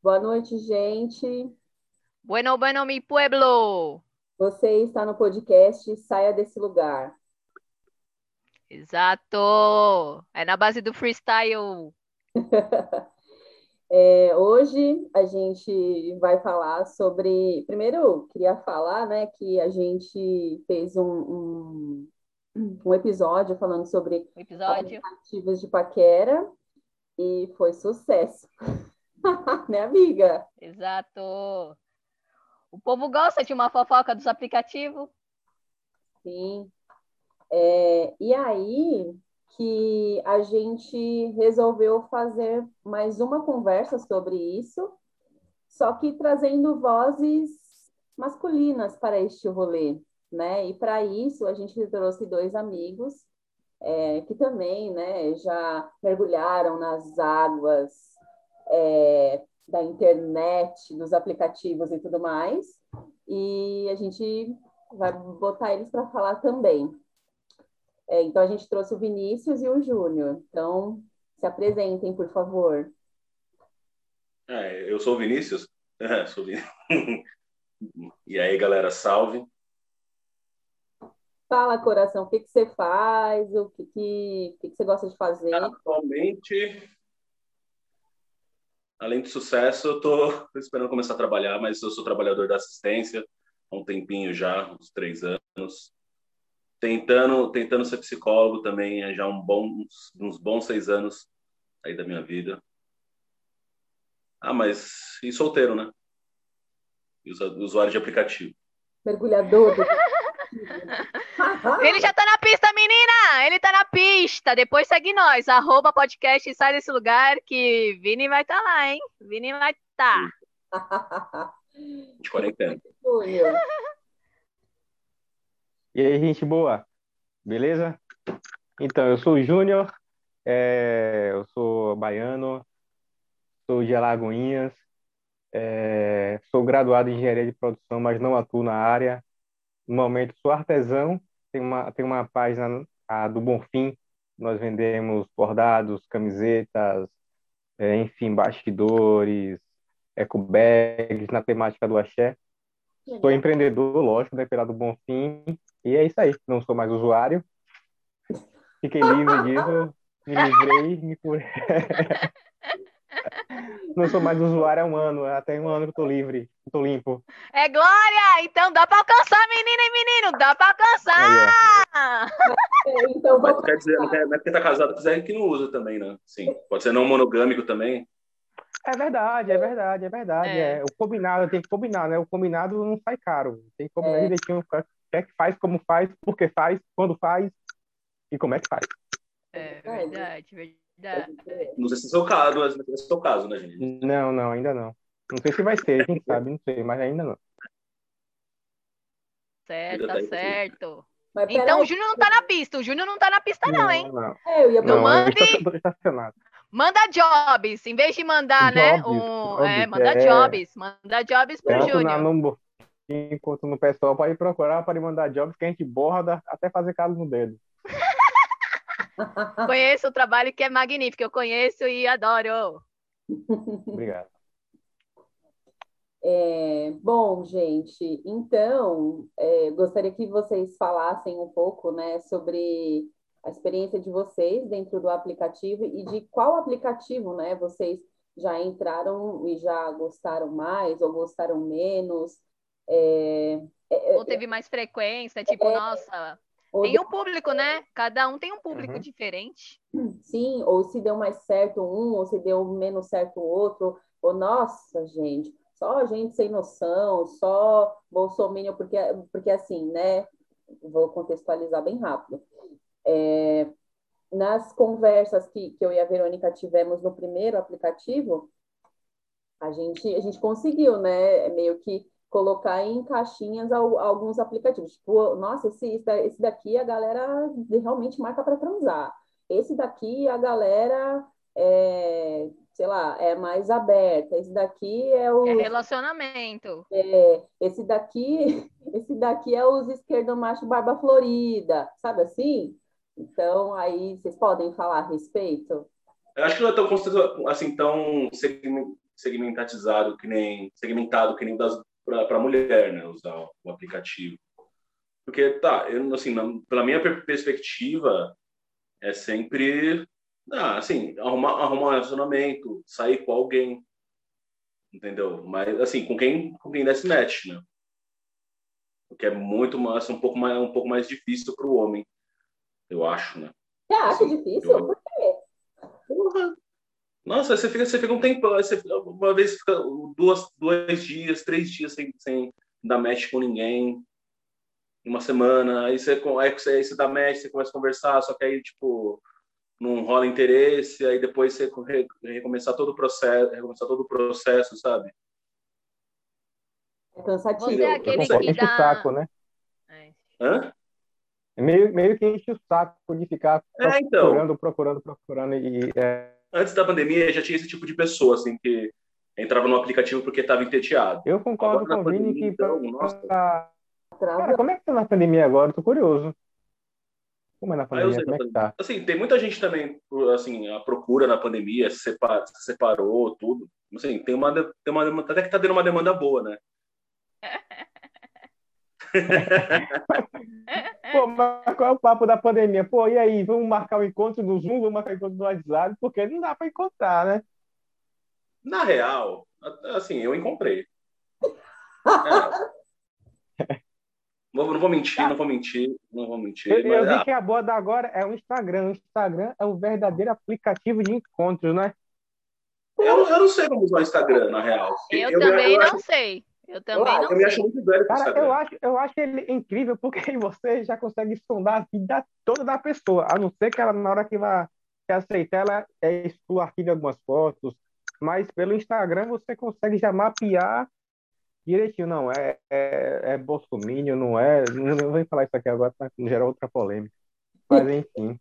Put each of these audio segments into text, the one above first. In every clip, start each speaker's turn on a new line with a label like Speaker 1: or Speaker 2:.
Speaker 1: Boa noite, gente.
Speaker 2: Bueno, bueno, mi pueblo.
Speaker 1: Você está no podcast Saia Desse Lugar.
Speaker 2: Exato. É na base do freestyle.
Speaker 1: Hoje a gente vai falar sobre. Primeiro, eu queria falar, né, que a gente fez um episódio falando sobre
Speaker 2: O episódio.
Speaker 1: aplicativos de paquera e foi sucesso, né, amiga?
Speaker 2: Exato. O povo gosta de uma fofoca dos aplicativos.
Speaker 1: Sim. E aí que a gente resolveu fazer mais uma conversa sobre isso, só que trazendo vozes masculinas para este rolê, né? E para isso a gente trouxe dois amigos que também, né, já mergulharam nas águas da internet, dos aplicativos e tudo mais, e a gente vai botar eles para falar também. Então, a gente trouxe o Vinícius e o Júnior. Então, se apresentem, por favor.
Speaker 3: Eu sou o Vinícius. Sou o E aí, galera, salve.
Speaker 1: Fala, coração, o que que você faz? O que você gosta de fazer?
Speaker 3: Atualmente, além de sucesso, eu tô esperando começar a trabalhar, mas eu sou trabalhador da assistência há um tempinho já, uns 3 anos. Tentando ser psicólogo também, já uns bons 6 anos aí da minha vida. E solteiro, né? E usuário de aplicativo.
Speaker 1: Mergulhador do...
Speaker 2: Ele já tá na pista, menina! Ele tá na pista. Depois segue nós. @podcast sai desse lugar que Vini vai estar lá, hein? Vini vai estar.
Speaker 3: De quarentena.
Speaker 1: Júnior.
Speaker 4: E aí, gente boa, beleza? Então, eu sou o Júnior, eu sou baiano, sou de Alagoinhas, sou graduado em engenharia de produção, mas não atuo na área. No momento, sou artesão, tem uma página do Bonfim, nós vendemos bordados, camisetas, enfim, bastidores, eco bags na temática do axé. Sou empreendedor, lógico, né, pela do Bonfim, e é isso aí, não sou mais usuário. Fiquei livre disso, me livrei, me curei. Não sou mais usuário há um ano, até um ano que eu tô livre, tô limpo.
Speaker 2: É Glória! Então dá pra alcançar, menina e menino! Dá pra alcançar!
Speaker 1: Então,
Speaker 3: Mas não quer dizer, não é porque tá casado, quiser que não usa também, né? Sim, pode ser não monogâmico também.
Speaker 4: É verdade, é verdade, é verdade.
Speaker 2: É.
Speaker 4: O combinado tem que combinar, né? O combinado não sai caro. Tem que combinar
Speaker 1: É.
Speaker 4: direitinho o que é que faz, como faz, por que faz, quando faz e como é que faz.
Speaker 2: É verdade, verdade.
Speaker 3: Não sei se é o seu caso, mas é o seu caso, né, gente?
Speaker 4: Não, ainda não. Não sei se vai ser, quem sabe, não sei, mas ainda não.
Speaker 2: Certo, tá certo.
Speaker 1: Mas
Speaker 2: Então o
Speaker 1: peraí.
Speaker 2: Júnior não tá na pista. O Júnior não tá na pista, não, hein?
Speaker 4: Não.
Speaker 1: Eu ia
Speaker 2: Não
Speaker 4: Não, eu
Speaker 2: mande.
Speaker 4: estou estacionado.
Speaker 2: Manda jobs. Em vez de mandar, né? Manda jobs. Manda jobs pro
Speaker 4: Tanto
Speaker 2: Júnior.
Speaker 4: no Bonfim quanto no pessoal, pode procurar, pode mandar jobs que a gente borda até fazer calo no dedo.
Speaker 2: Conheço o trabalho que é magnífico. Eu conheço e adoro.
Speaker 4: Obrigado.
Speaker 1: Bom, gente, então, gostaria que vocês falassem um pouco, né, sobre a experiência de vocês dentro do aplicativo e de qual aplicativo, né, vocês já entraram e já gostaram mais ou gostaram menos.
Speaker 2: Ou teve mais frequência, tipo, nossa, tem um público, né? Cada um tem um público diferente.
Speaker 1: Sim, ou se deu mais certo um, ou se deu menos certo o outro, ou nossa, gente, só gente sem noção, só bolsominion, porque assim, né? Vou contextualizar bem rápido. Nas conversas que eu e a Verônica tivemos no primeiro aplicativo, a gente conseguiu, né? Meio que colocar em caixinhas alguns aplicativos. Tipo, nossa, esse daqui a galera realmente marca para transar. Esse daqui a galera sei lá, é mais aberta. Esse daqui é
Speaker 2: É
Speaker 1: o.
Speaker 2: relacionamento.
Speaker 1: Esse daqui é os esquerdomacho barba florida, sabe assim? Então, aí vocês podem falar a respeito?
Speaker 3: Eu acho que não é tão, assim, tão segmentado que nem para mulher, né? Usar o aplicativo. Porque, tá, eu, assim, pela minha perspectiva, é sempre, assim, arrumar um relacionamento, sair com alguém, entendeu? Mas, assim, com quem desse match, né? O que é muito mais, um pouco mais difícil para o homem, eu acho, né?
Speaker 1: Você acha
Speaker 3: Assim,
Speaker 1: difícil? Por quê?
Speaker 3: porra. Nossa, você fica um tempo, uma vez fica 2 dias, 3 dias sem dar match com ninguém, uma semana, aí você dá match, você começa a conversar, só que aí, tipo, não rola interesse, aí depois você recomeçar todo o processo, sabe?
Speaker 1: É cansativo.
Speaker 2: Você é
Speaker 3: Entendeu? Eu não
Speaker 2: aquele
Speaker 3: sei.
Speaker 2: que
Speaker 4: Enche o
Speaker 2: dá.
Speaker 4: saco, né?
Speaker 2: É.
Speaker 3: Hã?
Speaker 4: Meio que enche o saco de ficar
Speaker 3: Então,
Speaker 4: procurando e
Speaker 3: antes da pandemia já tinha esse tipo de pessoa, assim, que entrava no aplicativo porque estava entediado.
Speaker 4: eu concordo
Speaker 3: Agora
Speaker 4: com
Speaker 3: na
Speaker 4: o Vini
Speaker 3: pandemia,
Speaker 4: que
Speaker 3: então, nossa,
Speaker 4: cara,
Speaker 1: Trava.
Speaker 4: como é que tá na pandemia agora? Eu tô curioso. Como é na
Speaker 3: aí eu
Speaker 4: pandemia?
Speaker 3: usei
Speaker 4: Como
Speaker 3: na
Speaker 4: é que
Speaker 3: pandemia.
Speaker 4: tá?
Speaker 3: Assim, tem muita gente também, assim, a procura na pandemia, se separou, tudo. Assim, até que tá tendo uma demanda boa, né?
Speaker 4: Pô, mas qual é o papo da pandemia? Pô, e aí, vamos marcar o encontro no Zoom, vamos marcar o encontro no WhatsApp, porque não dá pra encontrar, né?
Speaker 3: Na real, assim, eu encontrei. É, não vou mentir,
Speaker 4: Ah,
Speaker 3: não vou mentir, não vou
Speaker 4: eu,
Speaker 3: mentir,
Speaker 4: eu
Speaker 3: mas
Speaker 4: vi que a boa da agora é o Instagram. O Instagram é o verdadeiro aplicativo de encontros, né?
Speaker 3: eu não sei como usar o Instagram, na real. Porque
Speaker 2: Eu
Speaker 3: eu, me-
Speaker 2: também
Speaker 3: eu, acho,
Speaker 2: não sei. Eu
Speaker 1: Eu
Speaker 2: também
Speaker 1: acho.
Speaker 2: não
Speaker 3: eu me acho
Speaker 2: sei.
Speaker 3: muito velho pro
Speaker 4: Cara, eu
Speaker 3: Instagram.
Speaker 4: acho, eu acho ele incrível porque você já consegue sondar a vida toda da pessoa, a não ser que ela, na hora que vai que aceitar, ela exclua, arquive algumas fotos, mas pelo Instagram você consegue já mapear direitinho. Não, é bolsominion, não é. Não vou falar isso aqui agora para não gerar outra polêmica. Mas enfim.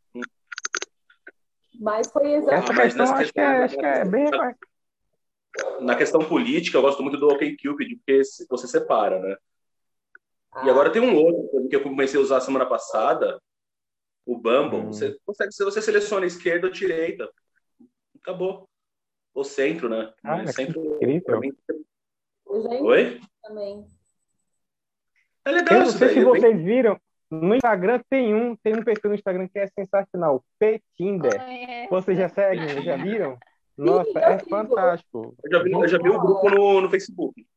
Speaker 1: Mas foi
Speaker 3: Ah,
Speaker 4: Essa
Speaker 1: exatamente.
Speaker 3: mas
Speaker 4: questão
Speaker 3: nessa questão,
Speaker 4: acho que é bem.
Speaker 3: na questão política, eu gosto muito do OkCupid, porque você separa, né? E
Speaker 1: Ah,
Speaker 3: agora tem um outro que eu comecei a usar semana passada, o Bumble.
Speaker 4: Hum.
Speaker 3: Se você seleciona esquerda ou direita, acabou. Ou centro, né? Mas
Speaker 4: Cara, que
Speaker 3: centro, pra
Speaker 4: incrível.
Speaker 3: mim.
Speaker 1: eu já encontrei
Speaker 3: Oi?
Speaker 1: também.
Speaker 3: É legal
Speaker 4: Eu não
Speaker 3: isso
Speaker 4: sei se
Speaker 3: daí, é bem.
Speaker 4: vocês viram, no Instagram tem um perfil no Instagram que é sensacional, Petinder. Vocês já
Speaker 2: Conheço.
Speaker 4: seguem, já viram? Nossa,
Speaker 1: Sim, eu
Speaker 4: é
Speaker 1: sigo.
Speaker 4: fantástico.
Speaker 3: Eu já vi o grupo no Facebook.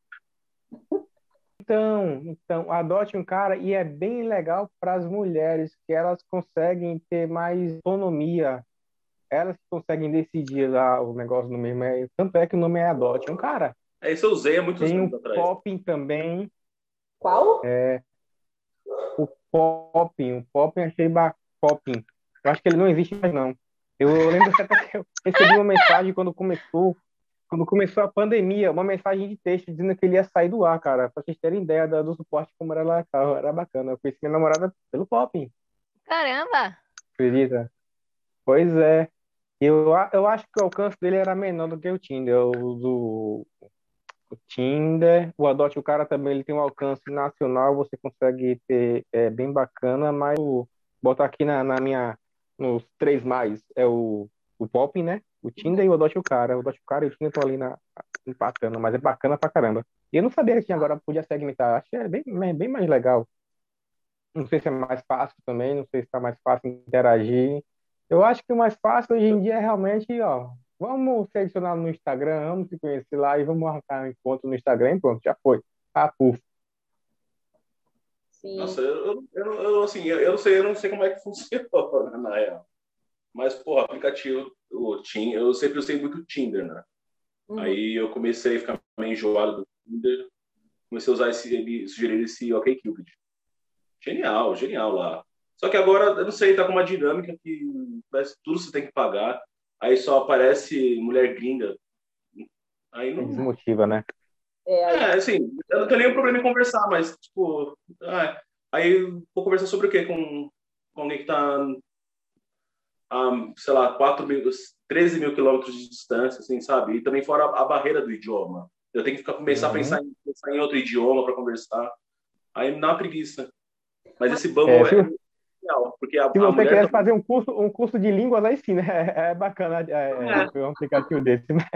Speaker 4: Então, adote um cara e é bem legal para as mulheres que elas conseguem ter mais autonomia, elas conseguem decidir lá o negócio no mesmo. Tanto é que o nome é Adote um cara.
Speaker 3: É isso eu usei há muitos
Speaker 4: Tem
Speaker 3: anos
Speaker 4: o
Speaker 3: atrás.
Speaker 4: Popping também,
Speaker 1: Qual?
Speaker 4: o Popping Popping. Eu acho que ele não existe mais não. Eu lembro até que eu recebi uma mensagem quando começou a pandemia, uma mensagem de texto dizendo que ele ia sair do ar, cara, pra vocês terem ideia do suporte como era lá, era bacana. Eu conheci minha namorada pelo Popping,
Speaker 2: Caramba!
Speaker 4: acredita? Pois é. Eu acho que o alcance dele era menor do que o Tinder. O Tinder, o Adote o Cara também ele tem um alcance nacional, você consegue ter, bem bacana, mas botar aqui nos três mais, é o Pop, né? O Tinder e o Adote o Cara. O Adote o Cara e o Tinder estão ali empatando, mas é bacana pra caramba. E eu não sabia que tinha agora, podia segmentar. Acho que é bem mais legal. Não sei se é mais fácil também, não sei se está mais fácil interagir. Eu acho que o mais fácil hoje em dia é realmente, ó, vamos se adicionar no Instagram, vamos se conhecer lá e vamos marcar um encontro no Instagram e pronto, já foi. Ah, puf.
Speaker 3: Nossa,
Speaker 1: Sim.
Speaker 3: assim, eu não sei como é que funciona, na real. Mas, pô, aplicativo, eu sempre usei muito o Tinder, né?
Speaker 1: Uhum.
Speaker 3: Aí eu comecei a ficar meio enjoado do Tinder, comecei a usar sugerir esse OkCupid. Genial, genial lá. Só que agora, eu não sei, tá com uma dinâmica que parece que tudo você tem que pagar, aí só aparece mulher gringa. Aí não.
Speaker 4: Desmotiva, né?
Speaker 1: É, aí,
Speaker 3: Assim, eu não tenho nenhum problema em conversar, mas, tipo, aí vou conversar sobre o quê? Com alguém que tá a, sei lá, 13 mil quilômetros de distância, assim, sabe? E também fora a barreira do idioma. Eu tenho que começar a
Speaker 4: Uhum.
Speaker 3: pensar em outro idioma para conversar. Aí me dá uma preguiça. Mas
Speaker 1: mas
Speaker 3: esse
Speaker 4: É,
Speaker 3: Bumble
Speaker 4: se,
Speaker 3: é legal, porque a,
Speaker 4: se
Speaker 3: a
Speaker 4: você
Speaker 3: mulher
Speaker 4: quisesse
Speaker 3: também.
Speaker 4: fazer um curso de línguas, aí sim, né? É bacana
Speaker 3: É,
Speaker 4: ter um aplicativo desse.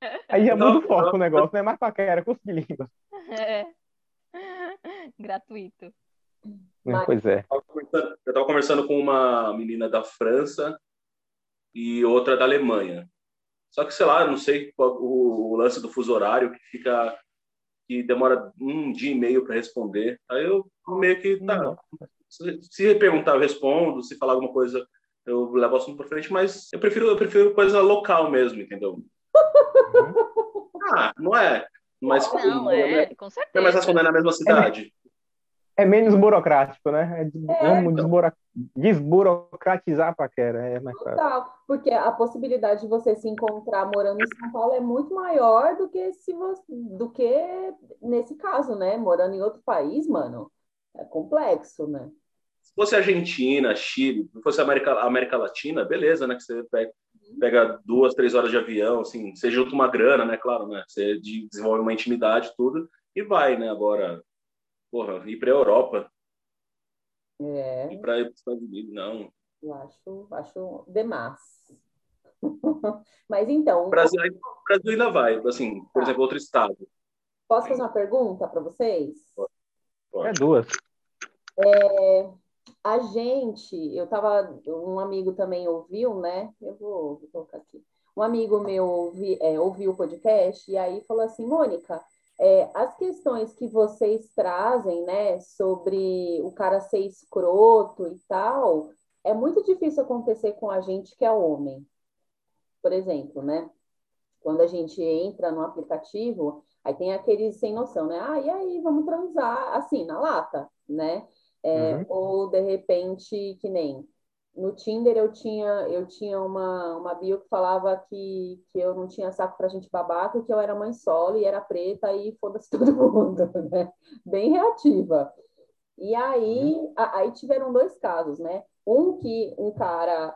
Speaker 4: Aí já
Speaker 3: Eu
Speaker 4: muda o
Speaker 3: tava, eu
Speaker 4: foco
Speaker 3: tava
Speaker 4: o negócio, não é mais paquera, é curso de língua.
Speaker 2: É. Gratuito.
Speaker 1: Mas,
Speaker 4: Pois é.
Speaker 3: eu tava conversando com uma menina da França e outra da Alemanha. Só que, sei lá, não sei qual, o lance do fuso horário que demora um dia e meio para responder. Aí eu meio que, tá, se perguntar eu respondo, se falar alguma coisa eu levo o assunto para frente, mas eu prefiro coisa local mesmo, entendeu?
Speaker 4: Uhum.
Speaker 3: Ah, não é? Mas
Speaker 2: Não, com
Speaker 3: não é mais
Speaker 2: certeza.
Speaker 3: responder na mesma
Speaker 4: É,
Speaker 3: cidade.
Speaker 4: é menos burocrático, né?
Speaker 1: é,
Speaker 4: Vamos desburocratizar a paquera, é mais fácil.
Speaker 1: total, porque a possibilidade de você se encontrar morando em São Paulo é muito maior do que se você, do que nesse caso, né? Morando em outro país, mano, é complexo, né?
Speaker 3: Se fosse Argentina, Chile, se fosse América Latina, beleza, né? Que você pega 2, 3 horas de avião, assim, você junta uma grana, né? Claro, né? Você desenvolve uma intimidade, tudo, e vai, né? Agora, porra, ir para a Europa, ir
Speaker 1: É,
Speaker 3: para os Estados Unidos, não.
Speaker 1: eu acho demais. Mas então,
Speaker 3: O Brasil ainda vai, assim, por
Speaker 1: tá.
Speaker 3: exemplo, outro estado.
Speaker 1: Posso fazer uma pergunta para vocês?
Speaker 4: É
Speaker 3: Pode.
Speaker 4: duas.
Speaker 1: A gente, um amigo também ouviu, né? Vou colocar aqui. Um amigo meu ouviu o podcast e aí falou assim, Mônica, as questões que vocês trazem, né, sobre o cara ser escroto e tal, é muito difícil acontecer com a gente que é homem. Por exemplo, né? Quando a gente entra no aplicativo, aí tem aqueles sem noção, né? Ah, e aí, vamos transar assim, na lata, né?
Speaker 4: Uhum.
Speaker 1: Ou de repente, que nem no Tinder eu tinha uma bio que falava que eu não tinha saco pra gente babaca, que eu era mãe solo e era preta e foda-se todo mundo, né? Bem reativa. E
Speaker 4: Uhum.
Speaker 1: aí tiveram dois casos, né? Um que um cara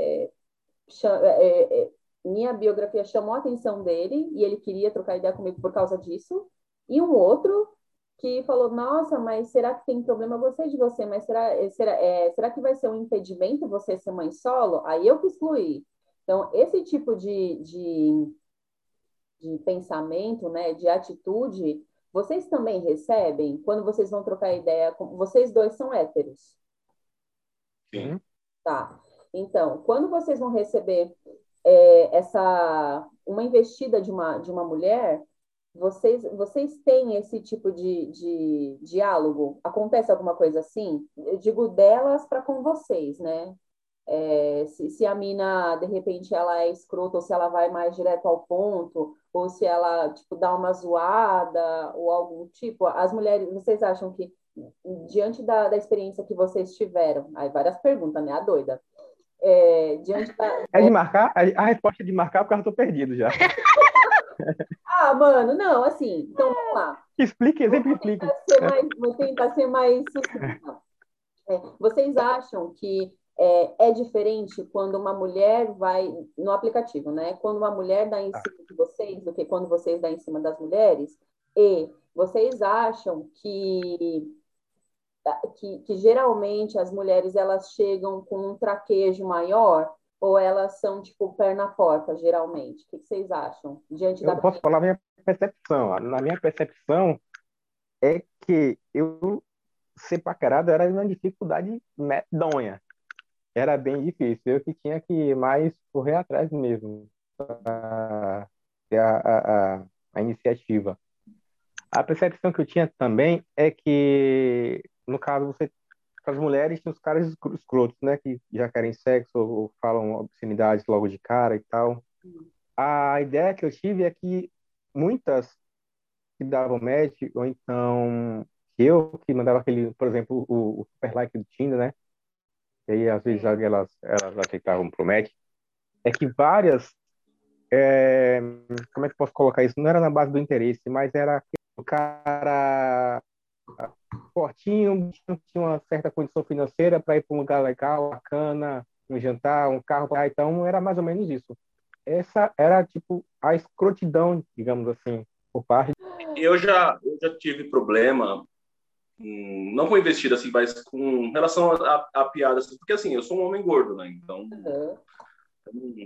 Speaker 1: minha biografia chamou a atenção dele e ele queria trocar ideia comigo por causa disso. E um outro que falou: Nossa, mas será que tem problema? Eu gostei de você, mas será que vai ser um impedimento você ser mãe solo? Aí eu que excluí. Então, esse tipo de pensamento, né, de atitude, vocês também recebem quando vocês vão trocar ideia com. Vocês dois são héteros,
Speaker 3: Sim.
Speaker 4: Uhum.
Speaker 1: tá? Então, quando vocês vão receber uma investida de uma mulher, vocês têm esse tipo de diálogo? Acontece alguma coisa assim? Eu digo delas para com vocês, né? Se a mina, de repente, ela é escrota, ou se ela vai mais direto ao ponto, ou se ela, tipo, dá uma zoada, ou algum tipo. As mulheres, vocês acham que, diante da experiência que vocês tiveram, aí várias perguntas, né? A doida. Diante da,
Speaker 4: É de marcar? A resposta é de marcar porque eu já tô perdido já.
Speaker 1: Ah, mano, não, assim, então vamos lá.
Speaker 4: Explique,
Speaker 1: Vou, vou
Speaker 4: exemplifique.
Speaker 1: tentar ser
Speaker 4: É.
Speaker 1: mais, vou tentar ser mais sucinta. Vocês acham que é diferente quando uma mulher vai no aplicativo, né? Quando uma mulher dá em
Speaker 4: Tá.
Speaker 1: cima de vocês do que quando vocês dão em cima das mulheres? E vocês acham que geralmente as mulheres elas chegam com um traquejo maior ou elas são tipo pé na porta, geralmente? O que vocês acham diante da
Speaker 4: Eu posso falar a minha percepção. Na minha percepção é que eu ser paquerado era uma dificuldade medonha. Era bem difícil. Eu que tinha que mais correr atrás mesmo, ter a iniciativa. A percepção que eu tinha também é que, no caso, as mulheres tem os caras escrotos, né? Que já querem sexo ou falam obscenidades logo de cara e tal. A ideia que eu tive é que muitas que davam match, ou então eu que mandava aquele, por exemplo, o super like do Tinder, né? E aí, às vezes, elas aceitavam pro match. É que várias, como é que eu posso colocar isso? Não era na base do interesse, mas era o cara fortinho, tinha uma certa condição financeira para ir para um lugar legal, bacana, um jantar, um carro, então era mais ou menos isso. Essa era tipo a escrotidão, digamos assim, por parte.
Speaker 3: Eu já tive problema, não com investida, assim, mas com relação a piadas, porque assim, eu sou um homem gordo, né? Então,
Speaker 1: Uhum.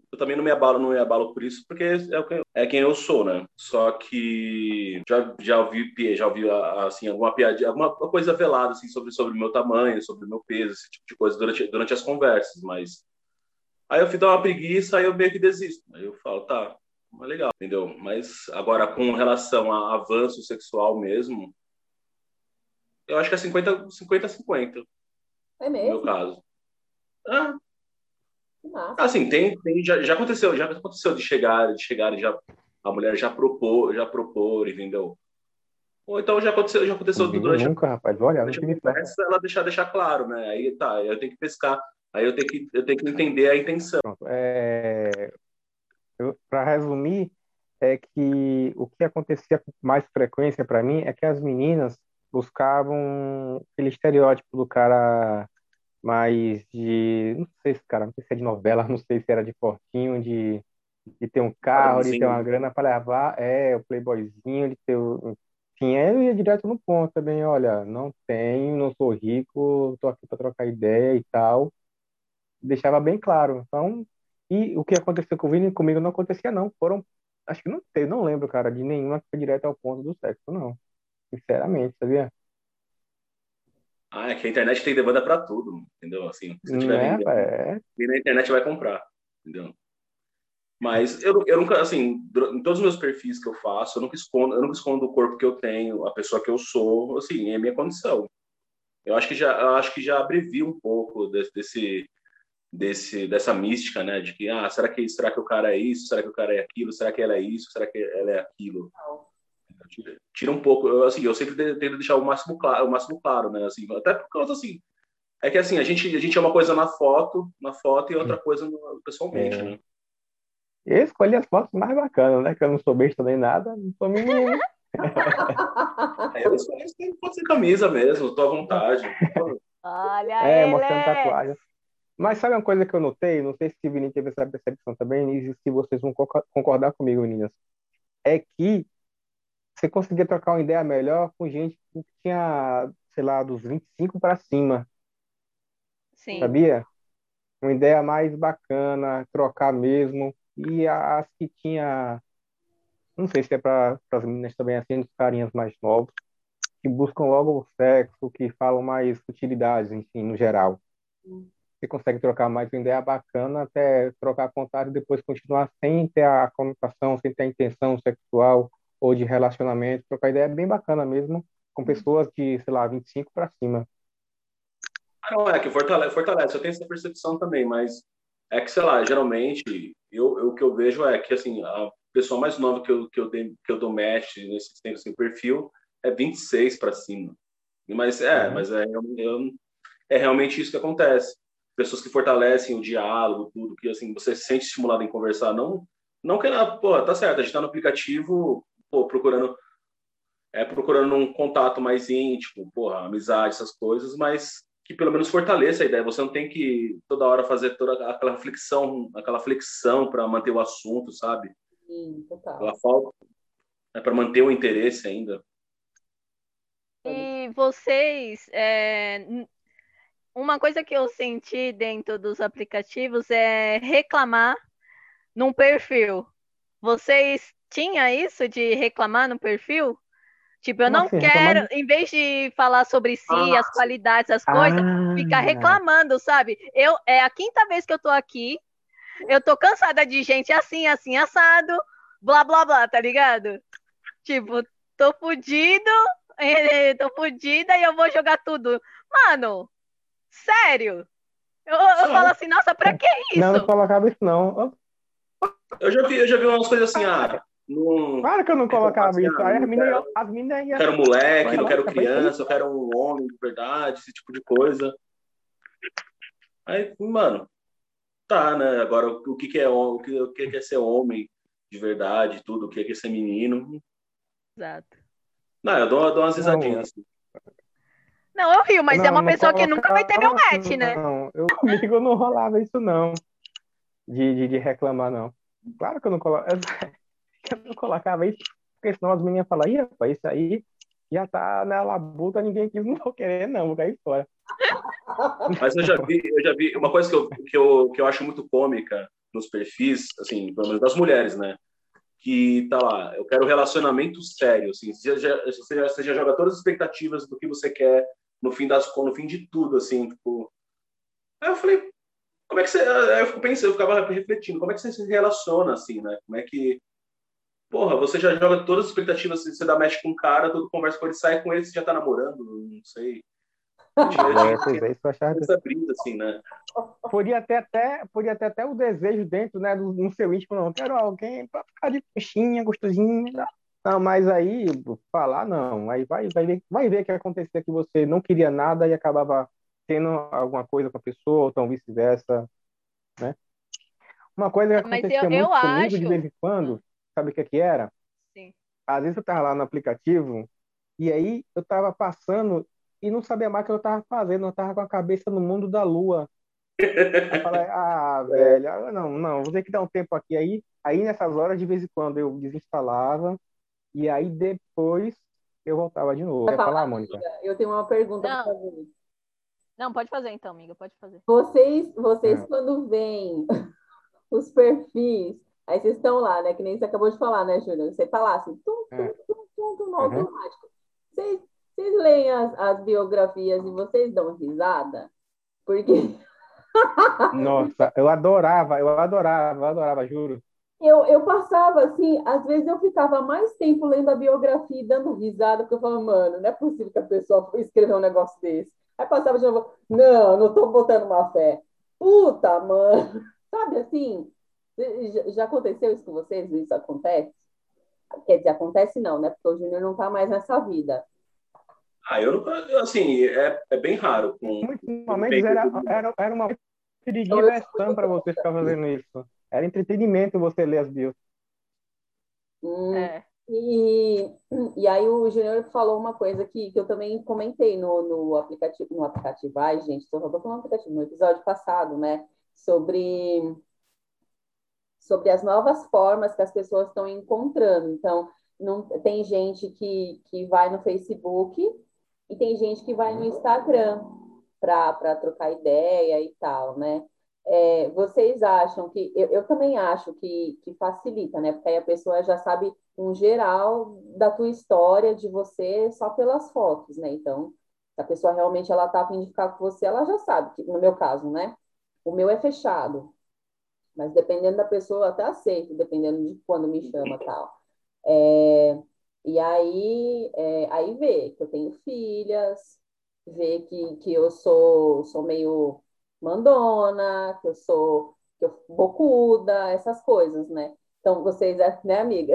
Speaker 3: eu também não me abalo por isso, porque é quem eu sou, né? Só que já ouvi assim, alguma piadinha, alguma coisa velada, assim, sobre o meu tamanho, sobre o meu peso, esse tipo de coisa durante as conversas, mas aí eu fui dar uma preguiça, aí eu meio que desisto. Aí eu falo, tá, mas legal, entendeu? Mas agora, com relação a avanço sexual mesmo, eu acho que é 50-50
Speaker 1: É
Speaker 3: no meu
Speaker 1: mesmo?
Speaker 3: caso. Ah,
Speaker 1: Que massa.
Speaker 3: assim, já aconteceu de chegar e já a mulher já propor, entendeu? Ou então já aconteceu
Speaker 4: Comigo nunca, rapaz. Olha, não
Speaker 3: durante a
Speaker 4: tive sorte.
Speaker 3: conversa ela deixar claro, né? Aí tá, eu tenho que pescar, aí eu tenho que entender a intenção.
Speaker 4: Pronto. Para resumir, é que o que acontecia com mais frequência para mim é que as meninas buscavam aquele estereótipo do cara mais de, não sei se cara, não sei se é de novela, não sei se era de fortinho, de ter um carro, de ter
Speaker 3: Padrãozinho,
Speaker 4: uma
Speaker 3: né?
Speaker 4: grana para levar, o playboyzinho, de ter Sim, eu ia direto no ponto também, olha, não tenho, não sou rico, tô aqui para trocar ideia e tal. Deixava bem claro. Então, e o que aconteceu com o Vini comigo não acontecia não. Acho que não teve, não lembro, cara, de nenhuma que foi direto ao ponto do sexo, não. Sinceramente, sabia?
Speaker 3: Ah, é que a internet tem demanda para tudo, entendeu? Assim, se você estiver
Speaker 4: Né,
Speaker 3: vendendo,
Speaker 4: rapaz?
Speaker 3: quem na internet vai comprar, entendeu? Mas eu nunca, assim, em todos os meus perfis que eu faço, eu nunca escondo o corpo que eu tenho, a pessoa que eu sou, assim, é a minha condição. Eu acho que já abrevi um pouco dessa mística, né? De que, será que o cara é isso? Será que o cara é aquilo? Será que ela é isso? Será que ela é aquilo? Tira um pouco, assim, eu sempre tento deixar o máximo claro, né? Assim, até por causa, assim, é que assim, a gente é uma coisa na foto e outra coisa pessoalmente,
Speaker 4: É.
Speaker 3: né?
Speaker 4: Eu escolhi as fotos mais bacanas, né? Que eu não sou besta nem nada, não sou menino.
Speaker 3: Aí eu escolhi que pode ser camisa mesmo, tô à vontade. Pô,
Speaker 2: Olha
Speaker 4: Mostrando
Speaker 2: ele!
Speaker 4: tatuagem. Mas sabe uma coisa que eu notei? Não sei se o Vini teve essa percepção também, e se vocês vão concordar comigo, meninas. É que você conseguia trocar uma ideia melhor com gente que tinha, sei lá, dos 25 para cima,
Speaker 2: Sim.
Speaker 1: Sim.
Speaker 4: sabia? Uma ideia mais bacana, trocar mesmo. E as que tinha, não sei se é para as meninas também assim, dos carinhas mais novos, que buscam logo o sexo, que falam mais futilidades, enfim, no geral. Você consegue trocar mais uma ideia bacana até trocar contato e depois continuar sem ter a conotação, sem ter a intenção sexual ou de relacionamento. Trocar ideia é bem bacana mesmo, com pessoas de, sei lá, 25 para cima.
Speaker 3: não, é que fortalece, eu tenho essa percepção também, mas é que, sei lá, geralmente, o que eu vejo é que, assim, a pessoa mais nova que eu dou match nesse tempo, assim, perfil, é 26 para cima. Mas
Speaker 4: É.
Speaker 3: é realmente isso que acontece. Pessoas que fortalecem o diálogo, tudo, que assim, você se sente estimulado em conversar, não que nada, pô, tá certo, a gente tá no aplicativo, pô, procurando um contato mais íntimo, porra, amizade, essas coisas, mas que pelo menos fortaleça a ideia. Você não tem que toda hora fazer toda aquela flexão para manter o assunto, sabe?
Speaker 1: Sim,
Speaker 3: Ela
Speaker 1: total.
Speaker 3: falta, para manter o interesse ainda.
Speaker 2: E vocês, uma coisa que eu senti dentro dos aplicativos é reclamar num perfil. Vocês tinham isso de reclamar no perfil? Tipo, eu
Speaker 4: Como
Speaker 2: não
Speaker 4: assim? Reclamar
Speaker 2: quero,
Speaker 4: de...
Speaker 2: em vez de falar sobre si, as qualidades, as coisas, ficar
Speaker 4: Ah,
Speaker 2: reclamando, sabe? É a quinta vez que eu tô aqui, eu tô cansada de gente assim, assim, assado, blá, blá, blá, tá ligado? Tipo, tô fudido, tô fudida e eu vou jogar tudo. Mano, sério? Eu falo
Speaker 3: Só.
Speaker 2: assim, nossa, pra que
Speaker 4: não, não
Speaker 2: isso?
Speaker 4: colocava isso não.
Speaker 3: Eu já vi umas coisas assim, não
Speaker 4: Claro que eu não
Speaker 3: reclamar
Speaker 4: colocava
Speaker 3: assim,
Speaker 4: isso. Aí
Speaker 3: não quero,
Speaker 4: as meninas
Speaker 3: não
Speaker 4: iam
Speaker 3: quero moleque, não
Speaker 4: reclamar,
Speaker 3: quero
Speaker 4: também isso aí.
Speaker 3: criança, eu quero um homem de verdade, esse tipo de coisa. Aí, mano, tá, né? Agora, o que que é o que é ser homem de verdade, tudo, o que é ser menino?
Speaker 2: Exato.
Speaker 3: Não, eu dou umas
Speaker 4: Não,
Speaker 3: risadinhas assim.
Speaker 2: Não, eu rio, mas é
Speaker 4: não,
Speaker 2: uma
Speaker 4: não
Speaker 2: pessoa que nunca vai ter meu
Speaker 4: colocava,
Speaker 2: match, né?
Speaker 4: não. Comigo não rolava isso, não, de reclamar, não. Claro que eu não colocava, eu não colocava isso, porque senão as meninas falam, ih, rapaz, isso aí já tá na labuta, ninguém quis, não vou querer, não, vou cair fora.
Speaker 3: Mas eu já vi uma coisa que eu acho muito cômica. nos perfis, assim, pelo menos das mulheres, né? Que tá lá, eu quero relacionamento sério, assim, você já joga todas as expectativas do que você quer no fim de tudo, assim, tipo. Aí eu falei, como é que você. Aí eu fico pensando, eu ficava refletindo, como é que você se relaciona, assim, né? Como é que. Porra, você já joga todas as expectativas, você dá match com um cara, tudo conversa com ele, sai com ele, você já tá namorando, não sei.
Speaker 4: Pois é, isso eu achava.
Speaker 3: Essa brisa, assim, né?
Speaker 4: Podia ter até o desejo dentro, né, no seu íntimo, não, quero alguém para ficar de coxinha, gostosinha. Não, mas aí, falar, não. Aí vai ver que acontecia que você não queria nada e acabava tendo alguma coisa com a pessoa, ou então vice-versa, né? Uma coisa que
Speaker 2: Mas eu,
Speaker 4: acontecia
Speaker 2: eu
Speaker 4: muito comigo de
Speaker 2: acho.
Speaker 4: vez em quando, sabe o que que era?
Speaker 2: Sim.
Speaker 4: Às vezes eu tava lá no aplicativo e aí eu tava passando e não sabia mais o que eu tava fazendo, eu tava com a cabeça no mundo da lua. Aí eu falei, velho, não, vou ter que dar um tempo aqui. Aí nessas horas, de vez em quando, eu desinstalava e aí depois eu voltava de novo.
Speaker 1: Vai
Speaker 4: Quer falar,
Speaker 1: falar,
Speaker 4: Mônica?
Speaker 1: amiga? Eu tenho uma pergunta para
Speaker 2: Não,
Speaker 1: fazer.
Speaker 2: não, pode fazer então, amiga, pode fazer.
Speaker 1: Vocês
Speaker 4: Ah,
Speaker 1: quando veem os perfis, aí vocês estão lá, né? Que nem você acabou de falar, né, Júnior? Você tá lá assim,
Speaker 4: ah,
Speaker 1: no
Speaker 4: aham.
Speaker 1: automático. Vocês, vocês leem as biografias e vocês dão risada? Porque
Speaker 4: Nossa, eu adorava, juro.
Speaker 1: eu passava assim, às vezes eu ficava mais tempo lendo a biografia e dando risada, porque eu falava, mano, não é possível que a pessoa escreveu um negócio desse. Aí passava de novo, não tô botando uma fé. Puta, mano. Sabe assim? Já aconteceu isso com vocês? Isso acontece? Quer dizer, acontece não, né? Porque o Júnior não tá mais nessa vida.
Speaker 3: Ah, eu não. Assim, é bem raro com
Speaker 4: Muitos
Speaker 3: o
Speaker 4: momentos
Speaker 3: maker
Speaker 4: era,
Speaker 3: do mundo.
Speaker 4: era, era um momento de
Speaker 1: Então eu sou
Speaker 4: diversão para você ficar fazendo isso. Era entretenimento você ler as bios.
Speaker 1: Hum,
Speaker 2: É.
Speaker 1: e, e aí o Júnior falou uma coisa que eu também comentei no aplicativo, ai, gente, só tô falando aplicativo, no episódio passado, né? Sobre as novas formas que as pessoas estão encontrando. Então, não, tem gente que vai no Facebook e tem gente que vai no Instagram para trocar ideia e tal, né? Vocês acham que. Eu também acho que facilita, né? Porque aí a pessoa já sabe um geral da tua história, de você, só pelas fotos, né? Então, se a pessoa realmente ela tá a fim de ficar com você, ela já sabe, que, no meu caso, né? O meu é fechado, mas dependendo da pessoa, eu até aceito, dependendo de quando me chama e tal. É, e aí vê que eu tenho filhas, vê que eu sou meio mandona, que eu bocuda, essas coisas, né? Então, vocês, né, amiga?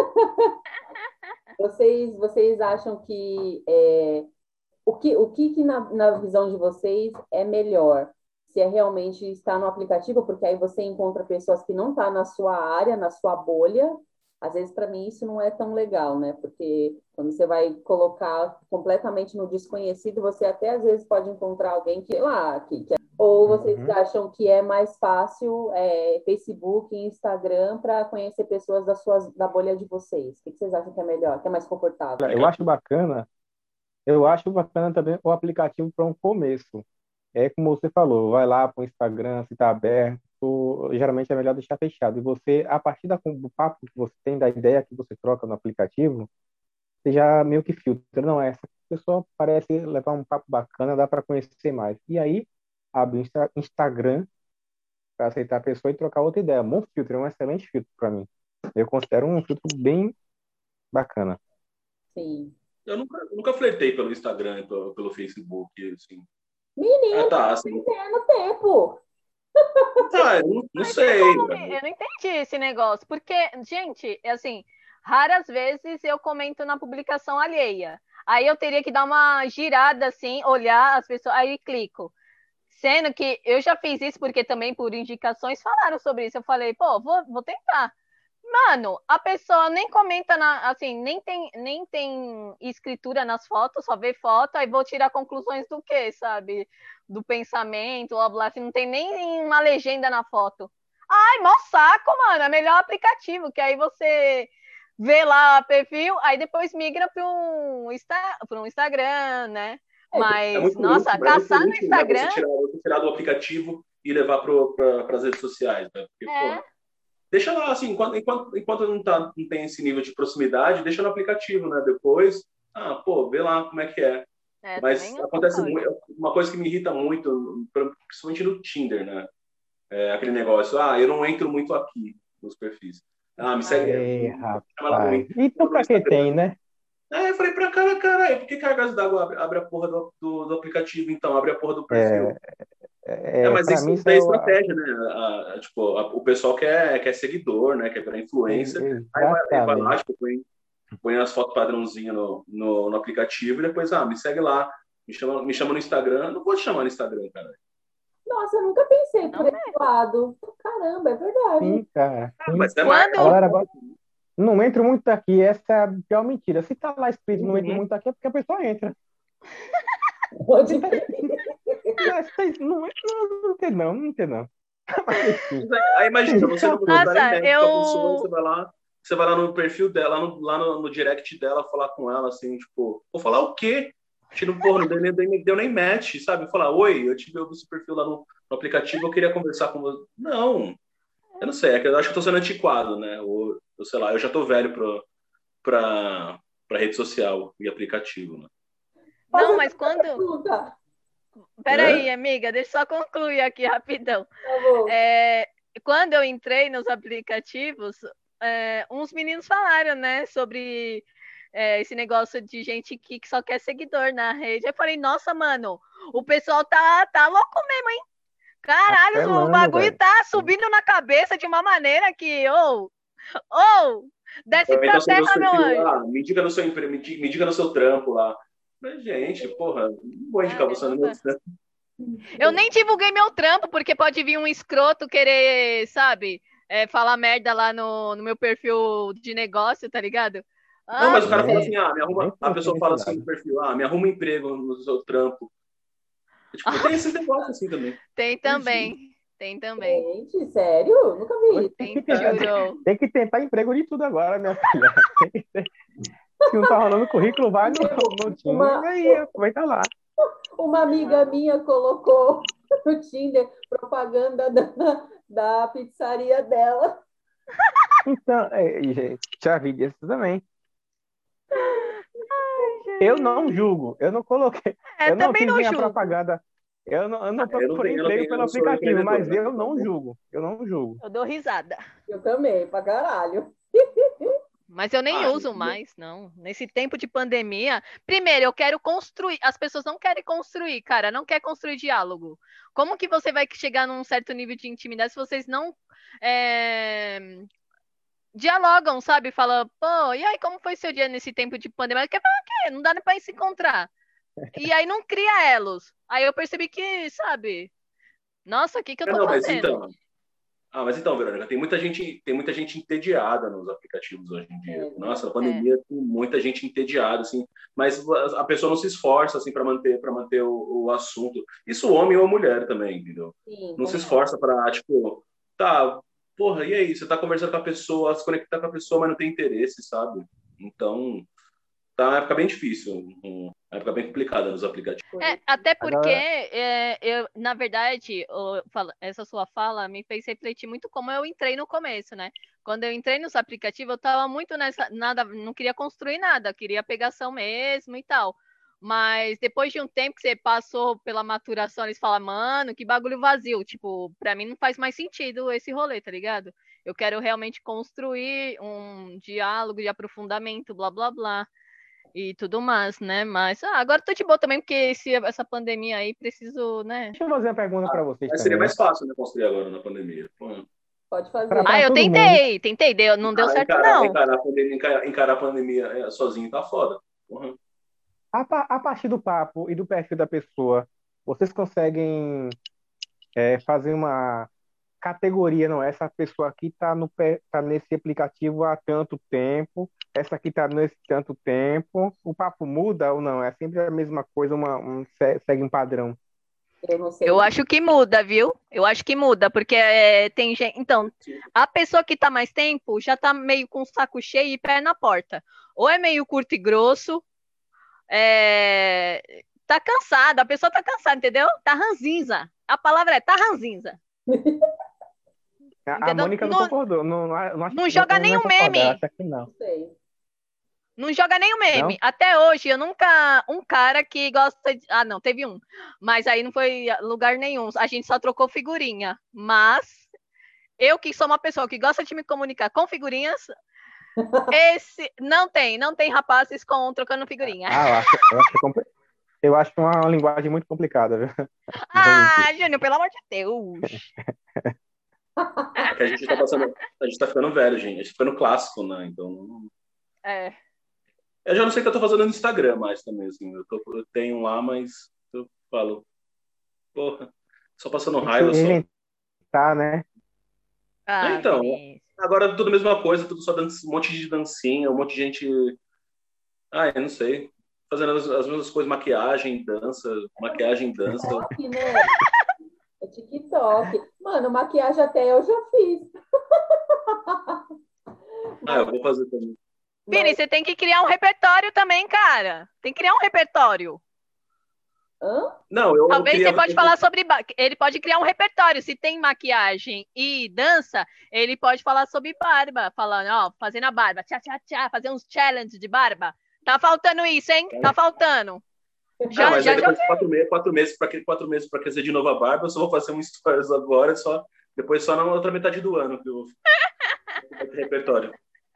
Speaker 1: Vocês acham que o que na visão de vocês é melhor? Se é realmente estar no aplicativo, porque aí você encontra pessoas que não estão na sua área, na sua bolha. Às vezes, para mim, isso não é tão legal, né? Porque quando você vai colocar completamente no desconhecido, você até às vezes pode encontrar alguém que lá, ou vocês
Speaker 4: Uhum.
Speaker 1: acham que é mais fácil Facebook e Instagram para conhecer pessoas da bolha de vocês? O que vocês acham que é melhor, que é mais confortável?
Speaker 4: Eu acho bacana, também o aplicativo para um começo. É como você falou, vai lá para o Instagram, se está aberto, geralmente é melhor deixar fechado. E você, a partir do papo que você tem, da ideia que você troca no aplicativo, você já meio que filtra. Não, essa pessoa parece levar um papo bacana, dá para conhecer mais. E aí, abre o Instagram para aceitar a pessoa e trocar outra ideia. Bom filtro, é um excelente filtro para mim. Eu considero um filtro bem bacana.
Speaker 1: Sim.
Speaker 3: Eu nunca flertei pelo Instagram, pelo Facebook, assim. Ah,
Speaker 1: Menino,
Speaker 3: tá, assim.
Speaker 1: perdendo tempo.
Speaker 3: Tá, eu não
Speaker 2: Mas e
Speaker 3: sei.
Speaker 2: como que. Eu não entendi esse negócio. Porque, gente, é assim, raras vezes eu comento na publicação alheia. Aí eu teria que dar uma girada, assim, olhar as pessoas, aí clico. Sendo que eu já fiz isso porque também por indicações falaram sobre isso. Eu falei, pô, vou tentar. Mano, a pessoa nem comenta assim, nem tem escritura nas fotos, só vê foto, aí vou tirar conclusões do quê, sabe? Do pensamento, blá blá, assim, não tem nem uma legenda na foto. Ai, mó saco, mano. É melhor aplicativo, que aí você vê lá o perfil, aí depois migra para um Instagram, né?
Speaker 3: É
Speaker 2: Mas,
Speaker 3: muito
Speaker 2: nossa,
Speaker 3: íntimo, é muito
Speaker 2: caçar no
Speaker 3: íntimo, né?
Speaker 2: Instagram,
Speaker 3: Você tirar do aplicativo e levar para as redes sociais, né? Porque, pô, deixa lá, assim, enquanto não tem esse nível de proximidade, deixa no aplicativo, né? Depois, pô, vê lá como é que é. Mas
Speaker 2: também eu
Speaker 3: acontece
Speaker 2: concordo.
Speaker 3: muito, uma coisa que me irrita muito, principalmente no Tinder, né? É aquele negócio, eu não entro muito aqui nos perfis. Me segue,
Speaker 4: Ei,
Speaker 3: chama lá
Speaker 4: rapaz. Então,
Speaker 3: no
Speaker 4: pra que
Speaker 3: Instagram.
Speaker 4: tem, né?
Speaker 3: Eu falei pra cara, por que cargas d'água abre a porra do aplicativo, então? Abre a porra do perfil. Mas
Speaker 4: Pra
Speaker 3: isso
Speaker 4: mim, isso
Speaker 3: é
Speaker 4: é
Speaker 3: estratégia, né? Tipo, o pessoal quer seguidor, né? Quer virar influência. Aí vai lá,
Speaker 4: exatamente.
Speaker 3: tipo, põe as fotos padrãozinho no aplicativo e depois, me segue lá. Me chama no Instagram. Não vou te chamar no Instagram, cara.
Speaker 1: Nossa, eu nunca pensei por
Speaker 2: Não
Speaker 1: esse lado. Caramba, é verdade.
Speaker 4: Sim, cara. Sim.
Speaker 3: Mas é
Speaker 2: Quando
Speaker 4: A
Speaker 3: marketing.
Speaker 4: galera gosta. Não entro muito aqui, essa é a pior mentira. Se tá lá escrito não entro
Speaker 3: Uhum.
Speaker 4: muito aqui, é porque a pessoa entra.
Speaker 1: Pode
Speaker 4: Se tá
Speaker 1: crer.
Speaker 4: escrito, não entra, não tem não, não tem não. Mas enfim.
Speaker 3: Aí imagina, você não entrar em
Speaker 2: Nossa,
Speaker 3: médico com a pessoa, você vai lá no perfil dela, lá no direct dela, falar com ela, assim, tipo, vou falar o quê? Tiro, porra, não deu nem match, sabe? Falar, oi, eu tive o seu perfil lá no aplicativo, eu queria conversar com você. Não, eu não sei, é que eu acho que eu tô sendo antiquado, né? Ou, sei lá, eu já tô velho pra rede social e aplicativo, né?
Speaker 2: Não,
Speaker 1: Fazer
Speaker 2: mas
Speaker 1: outra
Speaker 2: quando.
Speaker 1: pergunta.
Speaker 2: Peraí, amiga, deixa eu só concluir aqui rapidão.
Speaker 1: Tá bom.
Speaker 2: Quando eu entrei nos aplicativos, uns meninos falaram, né, sobre esse negócio de gente que só quer seguidor na rede. Eu falei, nossa, mano, o pessoal tá louco mesmo, hein? Caralho, o
Speaker 4: Apelando,
Speaker 2: bagulho
Speaker 4: velho.
Speaker 2: tá subindo na cabeça de uma maneira que, desce
Speaker 3: Ou então
Speaker 2: pra
Speaker 3: você vê os
Speaker 2: terra, meu
Speaker 3: perfis
Speaker 2: anjo.
Speaker 3: lá, me diga no seu emprego, me diga no seu trampo lá. Mas, gente, porra, não vou indicar você no meu
Speaker 2: Caramba.
Speaker 3: trampo.
Speaker 2: Eu nem divulguei meu trampo, porque pode vir um escroto querer, sabe, falar merda lá no meu perfil de negócio, tá ligado?
Speaker 3: Não,
Speaker 2: Ah,
Speaker 3: mas o cara fala assim,
Speaker 4: Nem,
Speaker 3: me
Speaker 4: nem
Speaker 3: arruma. A
Speaker 4: pensei
Speaker 3: pessoa
Speaker 4: nesse
Speaker 3: fala assim no
Speaker 4: lado.
Speaker 3: perfil, me arruma um emprego no seu trampo. Tipo, tem esses negócios assim também.
Speaker 2: tem
Speaker 3: Entendi.
Speaker 2: também. Tem também.
Speaker 1: Gente, sério? Nunca vi.
Speaker 4: Hoje tem que
Speaker 2: Tem,
Speaker 4: tentar,
Speaker 2: jurou.
Speaker 4: tem que tentar emprego de tudo agora, minha filha. Se não tá rolando currículo, vai no Tinder
Speaker 1: Uma,
Speaker 4: e aproveita lá.
Speaker 1: uma amiga minha colocou no Tinder propaganda da pizzaria dela.
Speaker 4: Então, gente, já vi disso também.
Speaker 2: Ai,
Speaker 4: Eu não
Speaker 2: Jesus.
Speaker 4: julgo, eu não coloquei, eu não
Speaker 2: Também
Speaker 4: fiz
Speaker 2: não
Speaker 4: nenhuma
Speaker 2: julgo.
Speaker 4: propaganda, eu não procurei
Speaker 3: Eu
Speaker 4: emprego
Speaker 3: eu
Speaker 4: pelo
Speaker 3: não sou
Speaker 4: aplicativo,
Speaker 3: empreendedor,
Speaker 4: mas
Speaker 3: né?
Speaker 4: eu não
Speaker 3: Então,
Speaker 4: julgo, eu não julgo.
Speaker 2: Eu dou risada.
Speaker 1: Eu também, pra caralho.
Speaker 2: Mas eu nem
Speaker 3: ah,
Speaker 2: uso mais, não. Nesse tempo de pandemia. Primeiro, eu quero construir. As pessoas não querem construir, cara. Não quer construir diálogo. Como que você vai chegar num certo nível de intimidade se vocês não dialogam, sabe? Fala, pô, e aí, como foi seu dia nesse tempo de pandemia? Quer falar o quê? Não dá nem pra se encontrar. E aí não cria elos. Aí eu percebi que, sabe? Nossa, o que que eu tô
Speaker 3: não, mas
Speaker 2: fazendo?
Speaker 3: então. Verônica, tem muita gente entediada nos aplicativos hoje em dia.
Speaker 1: É
Speaker 3: Nossa, na
Speaker 2: É.
Speaker 3: pandemia tem muita gente entediada, assim, mas a pessoa não se esforça assim para manter o assunto. Isso homem ou mulher também, entendeu?
Speaker 1: Sim,
Speaker 3: Não se
Speaker 1: concordo.
Speaker 3: esforça para, tipo, tá, porra, e aí? Você tá conversando com a pessoa, se conectar com a pessoa, mas não tem interesse, sabe? Então, tá uma época bem difícil, uma época bem complicada nos aplicativos.
Speaker 2: Até
Speaker 4: A
Speaker 2: porque
Speaker 4: galera,
Speaker 2: na verdade, essa sua fala me fez refletir muito como eu entrei no começo, né? Quando eu entrei nos aplicativos, eu tava muito nessa, nada, não queria construir nada, queria pegação mesmo e tal. Mas depois de um tempo que você passou pela maturação, eles falam, mano, que bagulho vazio. Tipo, pra mim não faz mais sentido esse rolê, tá ligado? Eu quero realmente construir um diálogo de aprofundamento, blá, blá, blá e tudo mais, né? Mas agora tô de boa também, porque essa pandemia aí preciso, né?
Speaker 4: deixa eu fazer uma pergunta para vocês
Speaker 3: Mas seria
Speaker 4: também.
Speaker 3: mais fácil, né, construir agora na pandemia. Pô,
Speaker 1: Pode
Speaker 4: Para
Speaker 1: fazer.
Speaker 2: Eu
Speaker 4: todo mundo.
Speaker 2: tentei, não deu certo,
Speaker 3: encarar,
Speaker 2: não.
Speaker 3: encarar a pandemia, encarar a pandemia sozinho tá foda. Porra.
Speaker 4: A partir do papo e do perfil da pessoa, vocês conseguem fazer uma categoria, não? Essa pessoa aqui tá nesse aplicativo há tanto tempo, essa aqui tá nesse tanto tempo. O papo muda ou não? É sempre a mesma coisa, segue um padrão.
Speaker 1: Eu não sei.
Speaker 2: Eu acho que muda, viu? Eu acho que muda, porque tem gente. Então, a pessoa que tá mais tempo já tá meio com o saco cheio e pé na porta. Ou é meio curto e grosso, tá cansada, a pessoa tá cansada, entendeu? Tá ranzinza. A palavra é tá ranzinza.
Speaker 4: A
Speaker 2: Entendeu?
Speaker 4: Mônica não concordou. Não,
Speaker 2: Não joga
Speaker 4: não é
Speaker 2: nenhum
Speaker 4: concordar, ela
Speaker 2: meme.
Speaker 4: acha que não.
Speaker 1: Não sei.
Speaker 2: Não joga nenhum meme.
Speaker 4: Não?
Speaker 2: Até hoje, eu nunca. Um cara que gosta de. Ah, não, teve um. Mas aí não foi lugar nenhum. A gente só trocou figurinha. Mas eu, que sou uma pessoa que gosta de me comunicar com figurinhas, esse. Não tem rapazes com trocando figurinha.
Speaker 4: Eu acho que é uma linguagem muito complicada, viu?
Speaker 2: Ah, Júnior, pelo amor de Deus.
Speaker 3: É que a gente tá passando. A gente tá ficando velho, gente. A gente tá ficando clássico, né? Então.
Speaker 2: É.
Speaker 3: Eu já não sei o que eu tô fazendo no Instagram mais também, assim. Eu tenho lá, mas eu falo, porra, só passando raiva só.
Speaker 4: Tá, né?
Speaker 2: Ah,
Speaker 3: Então,
Speaker 2: Vinícius.
Speaker 3: agora tudo a mesma coisa, tudo só um monte de dancinha, um monte de gente. Ah, eu não sei. Fazendo as mesmas coisas, maquiagem, dança, maquiagem, dança.
Speaker 1: TikTok, né? É TikTok. Mano, maquiagem até eu já fiz.
Speaker 3: Ah, eu vou fazer também.
Speaker 2: Vini, você tem que criar um repertório também, cara. Tem que criar um repertório.
Speaker 1: Hã?
Speaker 3: Não, eu
Speaker 2: Talvez
Speaker 3: queria...
Speaker 2: você pode falar sobre... Ele pode criar um repertório. Se tem maquiagem e dança, ele pode falar sobre barba. Falando, ó, fazendo a barba. Tchá, tchá, tchá. Fazer uns challenges de barba. Tá faltando isso, hein? Tá faltando.
Speaker 3: Já, mas aí depois de 4 meses para crescer de novo a barba, eu só vou fazer um stories agora, depois só na outra metade do ano que eu vou ter repertório.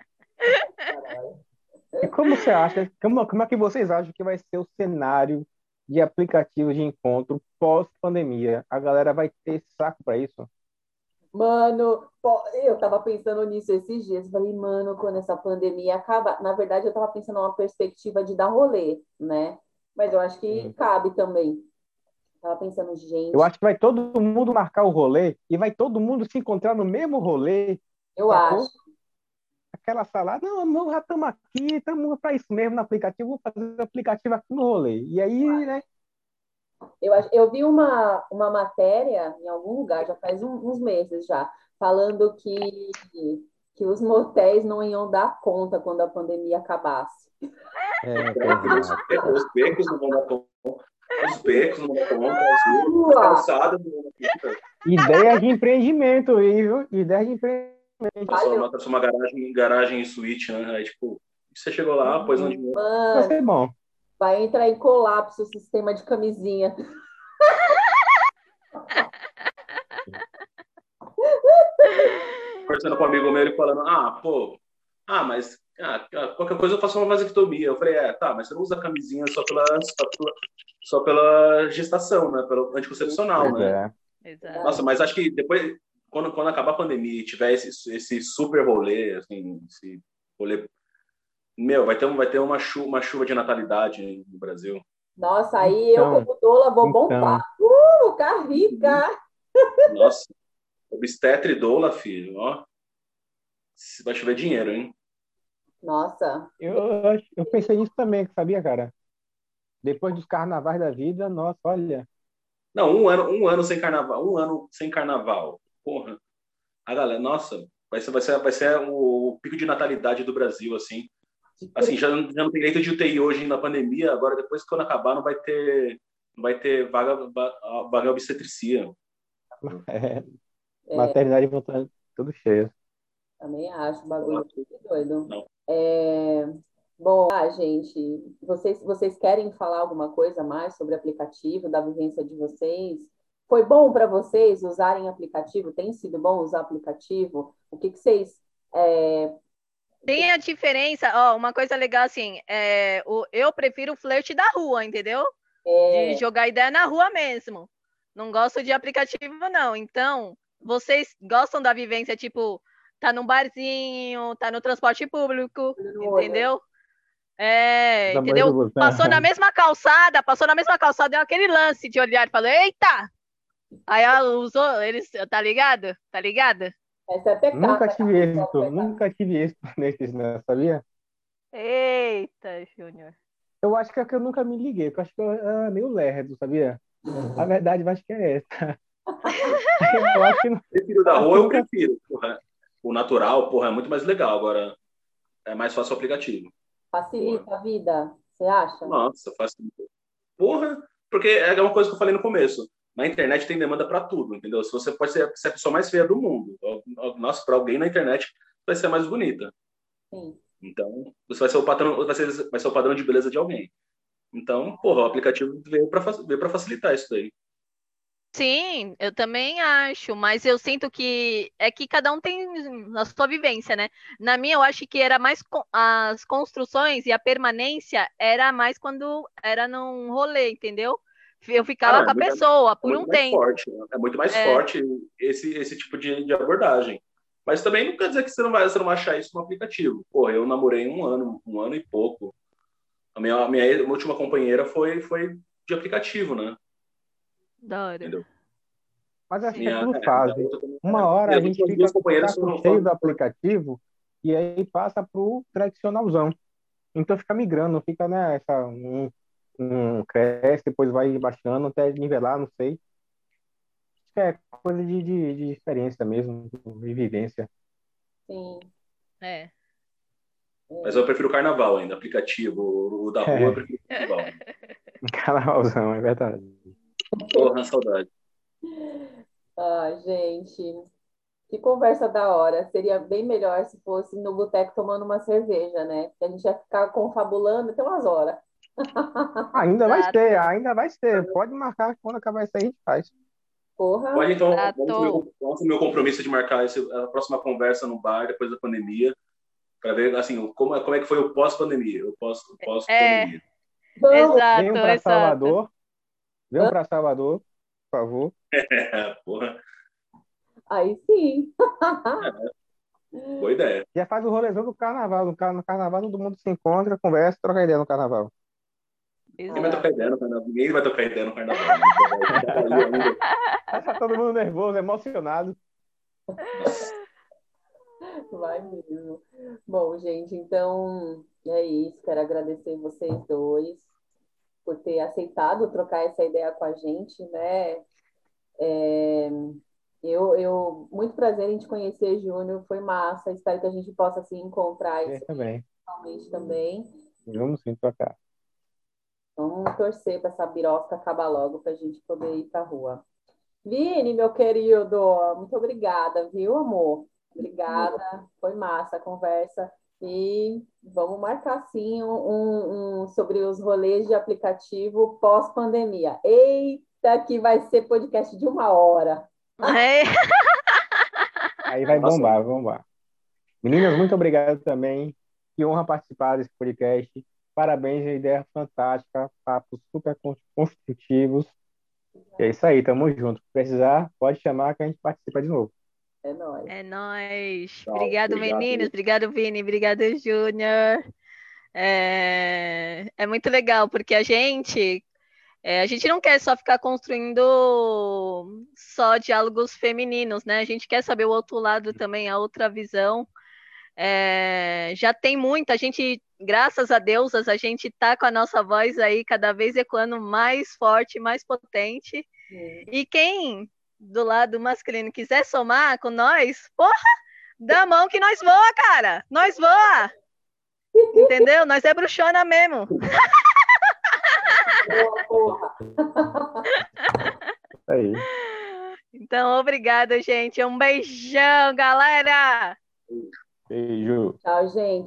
Speaker 4: E como você acha, como é que vocês acham que vai ser o cenário de aplicativos de encontro pós-pandemia? A galera vai ter saco para isso?
Speaker 1: Mano, eu tava pensando nisso esses dias. Falei, mano, quando essa pandemia acabar. Na verdade, eu tava pensando numa perspectiva de dar rolê, né? Mas eu acho que cabe também. Tava pensando, gente.
Speaker 4: Eu acho que vai todo mundo marcar o rolê e vai todo mundo se encontrar no mesmo rolê.
Speaker 1: Eu
Speaker 4: sacou?
Speaker 1: acho.
Speaker 4: Aquela salada, não, já estamos aqui, estamos para isso mesmo no aplicativo, vou fazer o aplicativo aqui no rolê. E aí, né?
Speaker 1: Eu vi uma matéria em algum lugar, já faz uns meses já, falando que os motéis não iam dar conta quando a pandemia acabasse.
Speaker 3: Os becos não vão dar conta. Os becos não vão dar conta. As calçadas não vão dar conta.
Speaker 4: Ideia de empreendimento, viu? Ideia de empreendimento.
Speaker 3: Só uma garagem e suíte, né? Aí, tipo, você chegou lá, pôs onde...
Speaker 4: Vai ser bom.
Speaker 1: Vai entrar em colapso o sistema de camisinha.
Speaker 3: Conversando com um amigo meu, ele falando, mas qualquer coisa eu faço uma vasectomia. Eu falei, tá, mas você não usa camisinha só pela gestação, né? Pelo anticoncepcional, né?
Speaker 2: Exato.
Speaker 3: Nossa, mas acho que depois, quando acabar a pandemia e tiver esse super rolê, assim, esse rolê, meu, vai ter uma chuva de natalidade no Brasil.
Speaker 1: Nossa, aí eu como doula vou bombar. Ficar rica!
Speaker 3: Nossa, obstetra e doula, filho, ó. Vai chover dinheiro, hein?
Speaker 1: Nossa.
Speaker 4: Eu pensei nisso também, sabia, cara? Depois dos carnavais da vida, nossa, olha.
Speaker 3: Não, um ano sem carnaval. Porra. A galera, nossa, vai ser o pico de natalidade do Brasil, assim. Assim, já não tem leito de UTI hoje na pandemia, agora depois que quando acabar não vai ter vaga obstetricia.
Speaker 4: Maternidade voltando tudo cheio.
Speaker 1: Também acho, bagulho doido. Bom, gente, vocês querem falar alguma coisa mais sobre o aplicativo, da vivência de vocês? Foi bom para vocês usarem aplicativo? Tem sido bom usar aplicativo? O que vocês...
Speaker 2: Tem a diferença, ó, uma coisa legal assim, eu prefiro o flerte da rua, entendeu? De jogar ideia na rua mesmo. Não gosto de aplicativo, não. Então, vocês gostam da vivência, tipo, tá num barzinho, tá no transporte público, entendeu? Entendeu? Passou na mesma calçada, deu aquele lance de olhar e falou, eita! Aí ela usou, eles, tá ligado? Tá ligada?
Speaker 1: Essa é pecado.
Speaker 4: Nunca tive êxito nesses, né? Sabia?
Speaker 2: Eita, Júnior.
Speaker 4: Eu acho que é que eu nunca me liguei, porque eu acho que eu era meio lerdo, sabia? A verdade, eu acho que é essa. Eu acho que não...
Speaker 3: Prefiro da rua, eu prefiro. Porra. O natural, porra, é muito mais legal. Agora, é mais fácil o aplicativo.
Speaker 1: Facilita a vida, você acha?
Speaker 3: Nossa, facilita. Porra, Porque é uma coisa que eu falei no começo. Na internet tem demanda para tudo, entendeu? Se você pode ser a pessoa mais feia do mundo, nossa, para alguém na internet vai ser a mais bonita.
Speaker 1: Sim.
Speaker 3: Então, você vai ser o padrão, vai ser o padrão de beleza de alguém. Então, porra, o aplicativo veio para facilitar isso daí.
Speaker 2: Sim, eu também acho, mas eu sinto que é que cada um tem a sua vivência, né? Na minha, eu acho que era mais as construções e a permanência era mais quando era num rolê, entendeu? Eu
Speaker 3: Ah,
Speaker 2: ficava
Speaker 3: não,
Speaker 2: com a pessoa
Speaker 3: é
Speaker 2: por
Speaker 3: muito
Speaker 2: um
Speaker 3: mais
Speaker 2: tempo.
Speaker 3: forte. Né? É muito mais
Speaker 2: É,
Speaker 3: forte esse tipo de abordagem. Mas também não quer dizer que você não vai achar isso no aplicativo. Porra, eu namorei um ano e pouco. A minha última companheira foi de aplicativo, né?
Speaker 2: da hora.
Speaker 3: Entendeu?
Speaker 4: Mas acho que é
Speaker 3: Minha,
Speaker 4: tudo
Speaker 3: minha
Speaker 4: fase.
Speaker 3: outra também,
Speaker 4: Uma hora a
Speaker 3: minhas
Speaker 4: gente
Speaker 3: últimas duas
Speaker 4: fica com o
Speaker 3: companheiras
Speaker 4: saco cheio do
Speaker 3: foram.
Speaker 4: aplicativo e aí passa pro tradicionalzão. Então fica migrando, fica, né, um cresce, depois vai baixando até nivelar, não sei. Acho que é coisa de experiência mesmo, de vivência.
Speaker 1: Sim.
Speaker 2: É.
Speaker 3: Mas eu prefiro o carnaval ainda, aplicativo. O da rua eu
Speaker 4: É,
Speaker 3: prefiro o carnaval.
Speaker 4: carnavalzão, é verdade.
Speaker 3: Porra, saudade.
Speaker 1: Ah, gente, que conversa da hora. Seria bem melhor se fosse no boteco tomando uma cerveja, né? Que a gente ia ficar confabulando até umas horas.
Speaker 2: Exato.
Speaker 4: Ainda vai ser. Pode marcar que quando acabar isso aí a gente faz.
Speaker 1: Porra,
Speaker 3: Pode, então,
Speaker 2: Exato.
Speaker 3: vamos assumir o compromisso de marcar a próxima conversa no bar depois da pandemia, para ver assim, como é que foi o pós-pandemia, o
Speaker 2: É,
Speaker 3: pós-pandemia.
Speaker 1: vamos!
Speaker 2: exato,
Speaker 4: Venham para
Speaker 2: exato.
Speaker 4: Salvador, venham para Salvador, por favor.
Speaker 3: Porra,
Speaker 1: Aí sim.
Speaker 3: boa ideia.
Speaker 4: Já faz o rolezão do carnaval. No carnaval todo mundo se encontra, conversa, troca ideia no carnaval.
Speaker 3: Ninguém vai
Speaker 2: Exato.
Speaker 3: trocar ideia no carnaval. Ninguém vai trocar ideia no carnaval. Né? Trabalhou ainda.
Speaker 4: Vai ficar todo mundo nervoso, emocionado.
Speaker 3: Nossa.
Speaker 1: Vai mesmo. Bom, gente, então é isso. Quero agradecer vocês dois por ter aceitado trocar essa ideia com a gente, né? É, muito prazer em te conhecer, Júnior. Foi massa. Espero que a gente possa se encontrar
Speaker 4: Eu
Speaker 1: isso
Speaker 4: também.
Speaker 1: realmente também.
Speaker 4: Vamos sim trocar.
Speaker 1: Vamos torcer para essa birosca acabar logo para a gente poder ir para a rua. Vini, meu querido, muito obrigada, viu, amor? Obrigada, foi massa a conversa. E vamos marcar sim sobre os rolês de aplicativo pós-pandemia. Eita, que vai ser podcast de 1 hora.
Speaker 2: É.
Speaker 4: Aí vai
Speaker 3: Nossa,
Speaker 4: bombar, vai bombar. Meninas, muito obrigado também. Que honra participar desse podcast. Parabéns, a ideia fantástica, papos super construtivos. E é isso aí, tamo junto. Se precisar, pode chamar que a gente participa de novo.
Speaker 1: É nóis.
Speaker 2: É nóis.
Speaker 3: legal.
Speaker 2: Obrigado, meninos.
Speaker 3: Obrigado.
Speaker 2: Obrigado, Vini. Obrigado, Júnior. É muito legal, porque a gente não quer só ficar construindo só diálogos femininos, né? A gente quer saber o outro lado também, a outra visão. Já tem muita, a gente, graças a deusas, a gente tá com a nossa voz aí cada vez ecoando mais forte, mais potente. E quem do lado masculino quiser somar com nós, porra, dá a mão que nós voa, cara. Nós voa. Entendeu? Nós é bruxona mesmo.
Speaker 1: Boa, porra.
Speaker 4: Isso aí.
Speaker 2: Então, obrigada, gente. Um beijão, galera.
Speaker 4: Beijo.
Speaker 1: Tchau, gente.